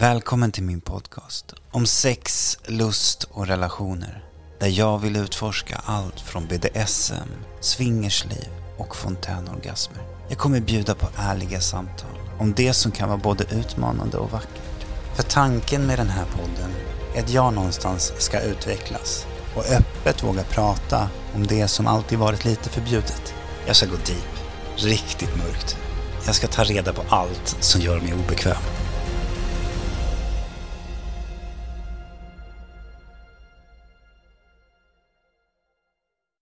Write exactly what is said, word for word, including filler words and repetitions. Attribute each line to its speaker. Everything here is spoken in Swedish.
Speaker 1: Välkommen till min podcast om sex, lust och relationer. Där jag vill utforska allt från B D S M, swingersliv och fontänorgasmer. Jag kommer bjuda på ärliga samtal om det som kan vara både utmanande och vackert. För tanken med den här podden är att jag någonstans ska utvecklas och öppet våga prata om det som alltid varit lite förbjudet. Jag ska gå deep, riktigt mörkt. Jag ska ta reda på allt som gör mig obekväm.